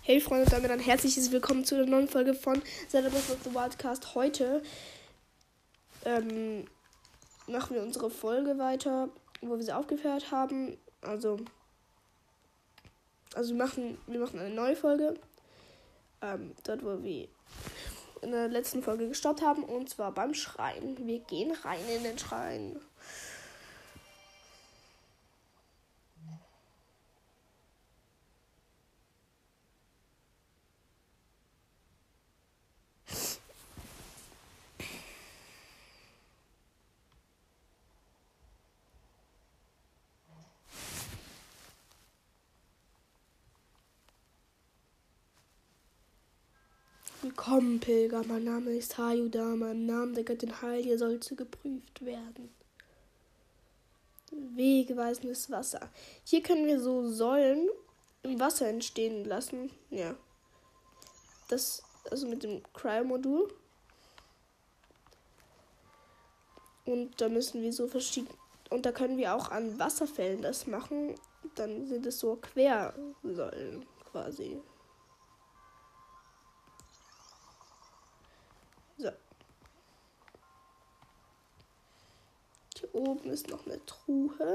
Hey Freunde, und damit ein herzliches Willkommen zu einer neuen Folge von Zelda Breath of the Wild Cast. Heute machen wir unsere Folge weiter, wo wir sie aufgehört haben. Also wir machen eine neue Folge. Dort, wo wir in der letzten Folge gestoppt haben. Und zwar beim Schrein. Wir gehen rein in den Schrein. Willkommen, Pilger. Mein Name ist Hayudama. Im Namen der Göttin Hylia sollst du geprüft werden. Wegweisendes Wasser. Hier können wir so Säulen im Wasser entstehen lassen. Ja. Das, also mit dem Cryo-Modul. Und da müssen wir so verschiedene. Und da können wir auch an Wasserfällen das machen. Dann sind es so Quersäulen quasi. So. Hier oben ist noch eine Truhe.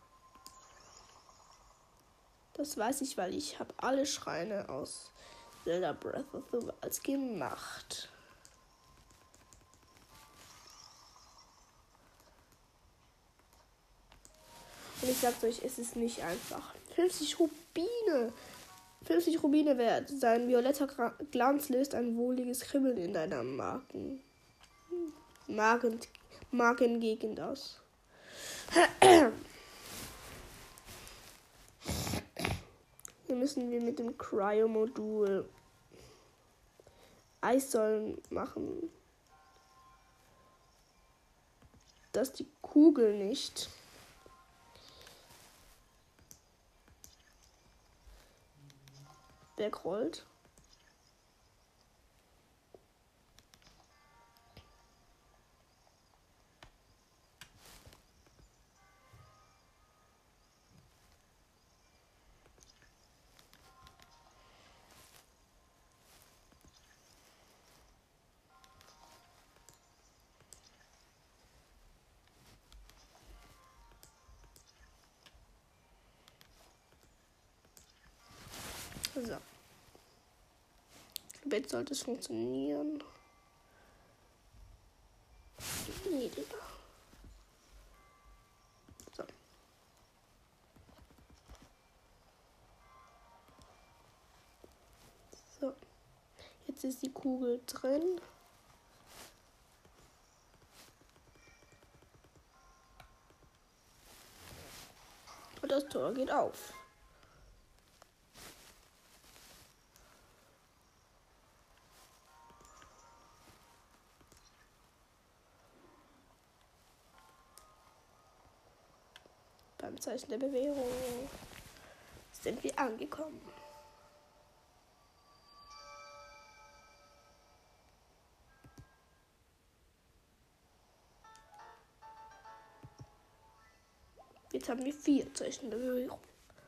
Das weiß ich, weil ich habe alle Schreine aus Zelda Breath of the Wild gemacht. Und ich sag's euch, es ist nicht einfach. 50 Rubine. 50 Rubine wert. Sein violetter Glanz löst ein wohliges Kribbeln in deiner Magengegend aus. Hier müssen wir mit dem Cryo-Modul Eissäulen machen, dass die Kugel nicht wegrollt. So. Jetzt sollte es funktionieren. Nee, Digga. So. So. Jetzt ist die Kugel drin. Und das Tor geht auf. Beim Zeichen der Bewährung sind wir angekommen. Jetzt haben wir 4 Zeichen der Bewährung.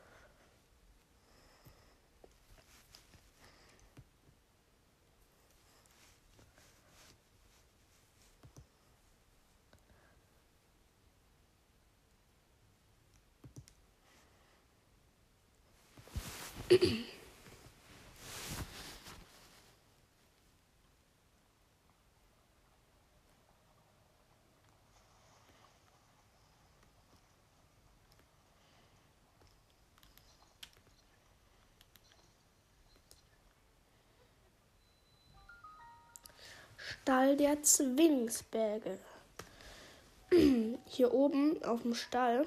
Stall der Zwillingsberge. Hier oben auf dem Stall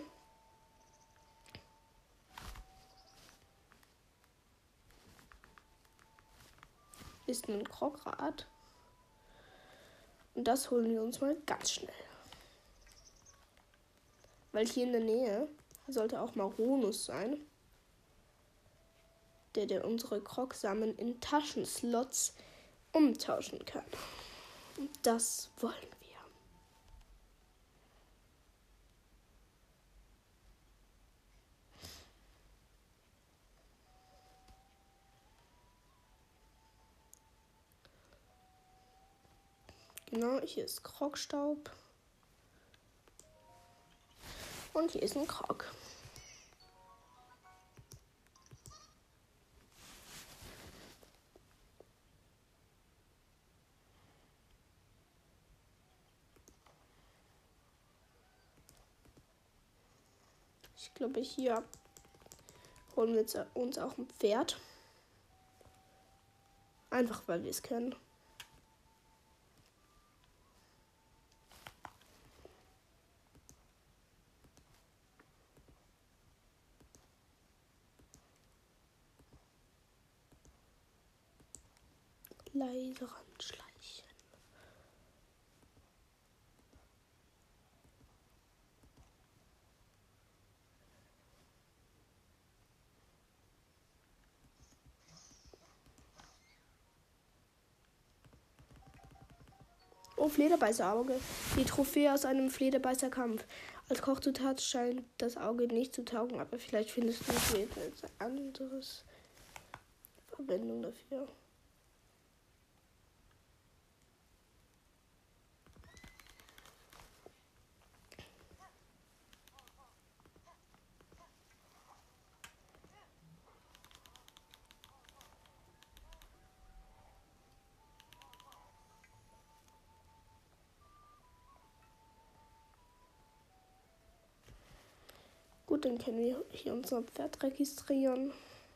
ist ein Krograd. Und das holen wir uns mal ganz schnell. Weil hier in der Nähe sollte auch Maronus sein, der unsere Krogsamen in Taschenslots umtauschen kann. Und das wollen wir. Genau, hier ist Krogstaub. Und hier ist ein Krog. Ich glaube, hier holen wir jetzt uns auch ein Pferd. Einfach, weil wir es können. Leise ranschleichen. Oh, Flederbeißerauge. Die Trophäe aus einem Flederbeißerkampf. Als Kochzutat scheint das Auge nicht zu taugen, aber vielleicht findest du jetzt eine andere Verwendung dafür. Gut, dann können wir hier unser Pferd registrieren.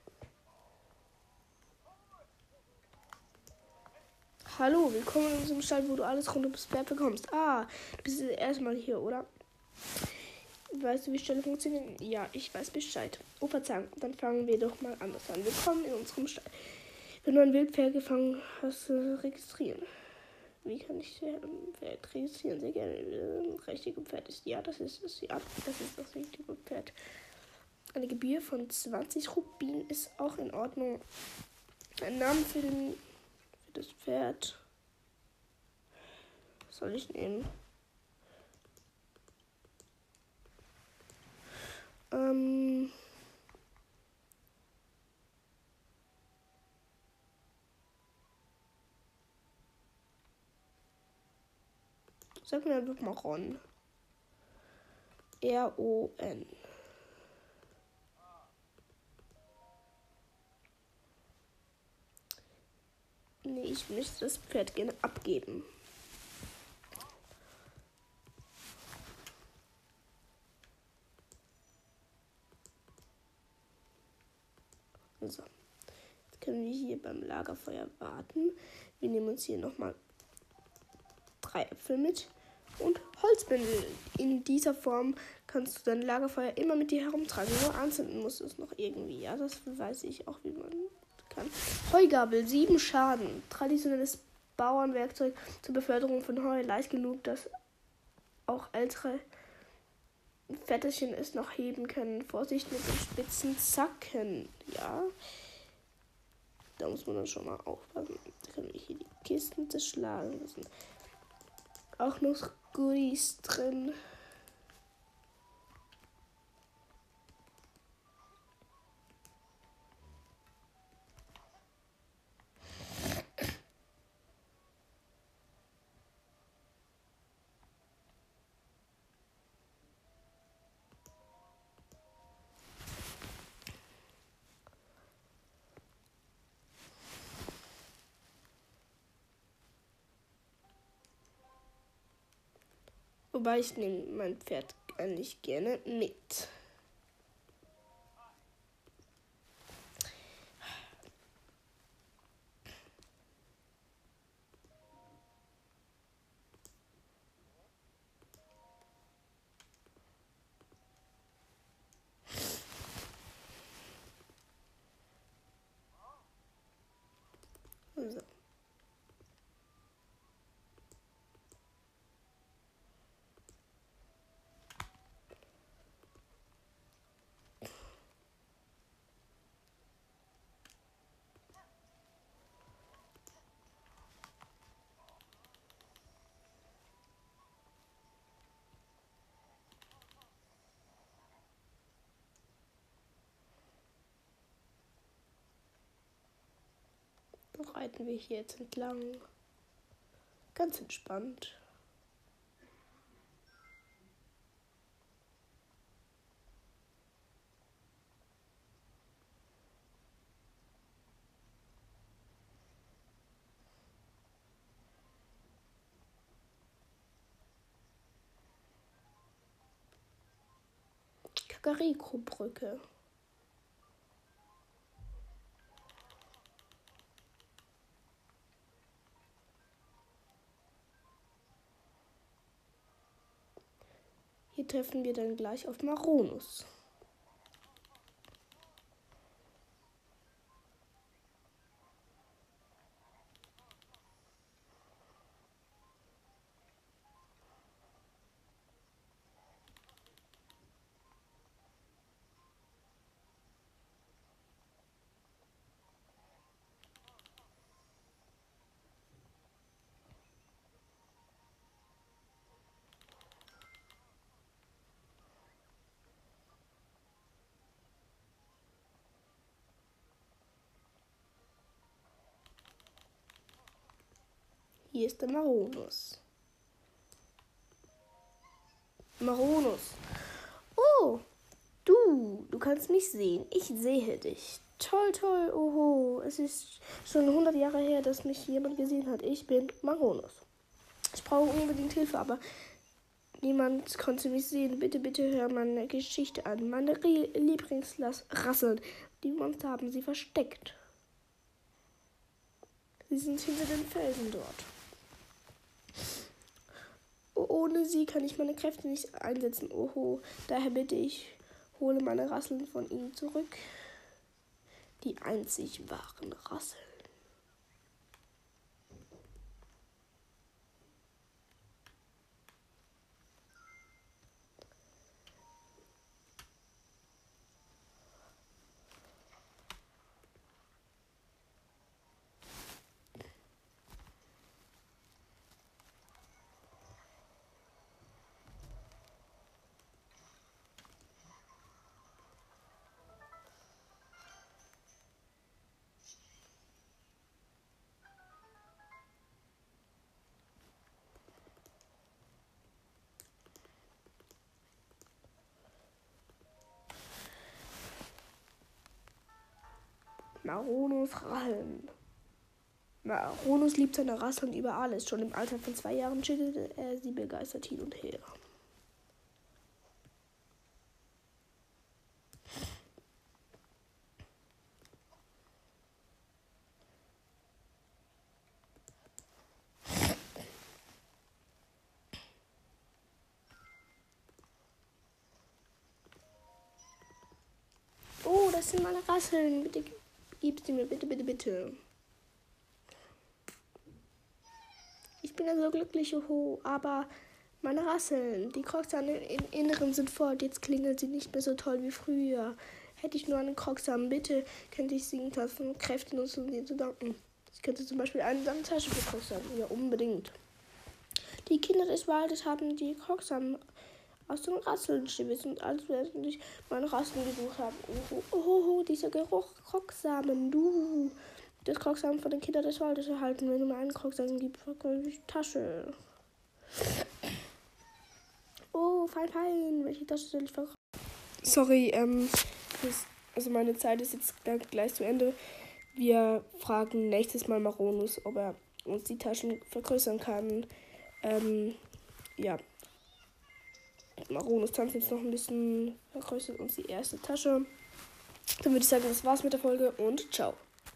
Hallo, willkommen in unserem Stall, wo du alles rund ums Pferd bekommst. Ah, du bist erstmal hier, oder? Weißt du, wie Ställe funktionieren? Ja, ich weiß Bescheid. Oh, Verzeihung, dann fangen wir doch mal anders an. Willkommen in unserem Stall. Wenn du ein Wildpferd gefangen hast, registrieren. Wie kann ich Pferd registrieren? Sehr gerne. Das richtige Pferd ist, ja, das ist es. Ja, das ist das richtige Pferd. Eine Gebühr von 20 Rubin ist auch in Ordnung. Ein Name für das Pferd. Was soll ich nehmen? Sag mir einfach mal Ron. R-O-N. Nee, ich möchte das Pferd gerne abgeben. So. Jetzt können wir hier beim Lagerfeuer warten. Wir nehmen uns hier nochmal 3 Äpfel mit und Holzbündel. In dieser Form kannst du dein Lagerfeuer immer mit dir herumtragen. Nur anzünden musst du es noch irgendwie. Ja, das weiß ich auch, wie man kann. Heugabel, 7 Schaden. Traditionelles Bauernwerkzeug zur Beförderung von Heu. Leicht genug, dass auch ältere Vetterchen es noch heben können. Vorsicht mit den spitzen Zacken. Ja. Da muss man dann schon mal aufpassen. Da können wir hier die Kisten zerschlagen. Da sind auch noch Goodies drin. Wobei ich nehme mein Pferd eigentlich gerne mit. So. Dann reiten wir hier jetzt entlang. Ganz entspannt. Kakariko-Brücke. Hier treffen wir dann gleich auf Maronus. Hier ist der Maronus. Maronus. Oh, du kannst mich sehen. Ich sehe dich. Toll, toll, oho. Es ist schon 100 Jahre her, dass mich jemand gesehen hat. Ich bin Maronus. Ich brauche unbedingt Hilfe, aber niemand konnte mich sehen. Bitte, bitte hör meine Geschichte an. Meine Lieblingsrasseln. Die Monster haben sie versteckt. Sie sind hinter den Felsen dort. Ohne sie kann ich meine Kräfte nicht einsetzen. Oho, daher bitte ich, hole meine Rasseln von ihnen zurück. Die einzig wahren Rasseln. Maronus Rasseln. Maronus liebt seine Rasseln über alles. Schon im Alter von 2 Jahren schüttelte er sie begeistert hin und her. Oh, das sind meine Rasseln. Bitte gib sie mir. Bitte, bitte, bitte. Ich bin ja so glücklich, oho, aber meine Rasseln, die Krocksamen im Inneren sind voll. Jetzt klingeln sie nicht mehr so toll wie früher. Hätte ich nur einen Krocksamen, bitte, könnte ich 7000 Kräfte nutzen, um dir zu danken. Ich könnte zum Beispiel eine Tasche für Krocksamen. Ja, unbedingt. Die Kinder des Waldes haben die Krocksamen aus den Rasseln gewissen und als werden sich meine Rasseln gesucht haben. Oh, dieser Geruch, Krocksamen, du. Das Krocksamen von den Kindern des Waldes erhalten. Wenn du mir einen Krocksamen gibst, verkaufe ich die Tasche. Oh, fein. Welche Tasche soll ich verkaufen? Sorry, also meine Zeit ist jetzt gleich zu Ende. Wir fragen nächstes Mal Maronus, ob er uns die Taschen vergrößern kann. Ja. Maronus tanzt jetzt noch ein bisschen, vergrößert uns die erste Tasche. Dann würde ich sagen, das war's mit der Folge und ciao.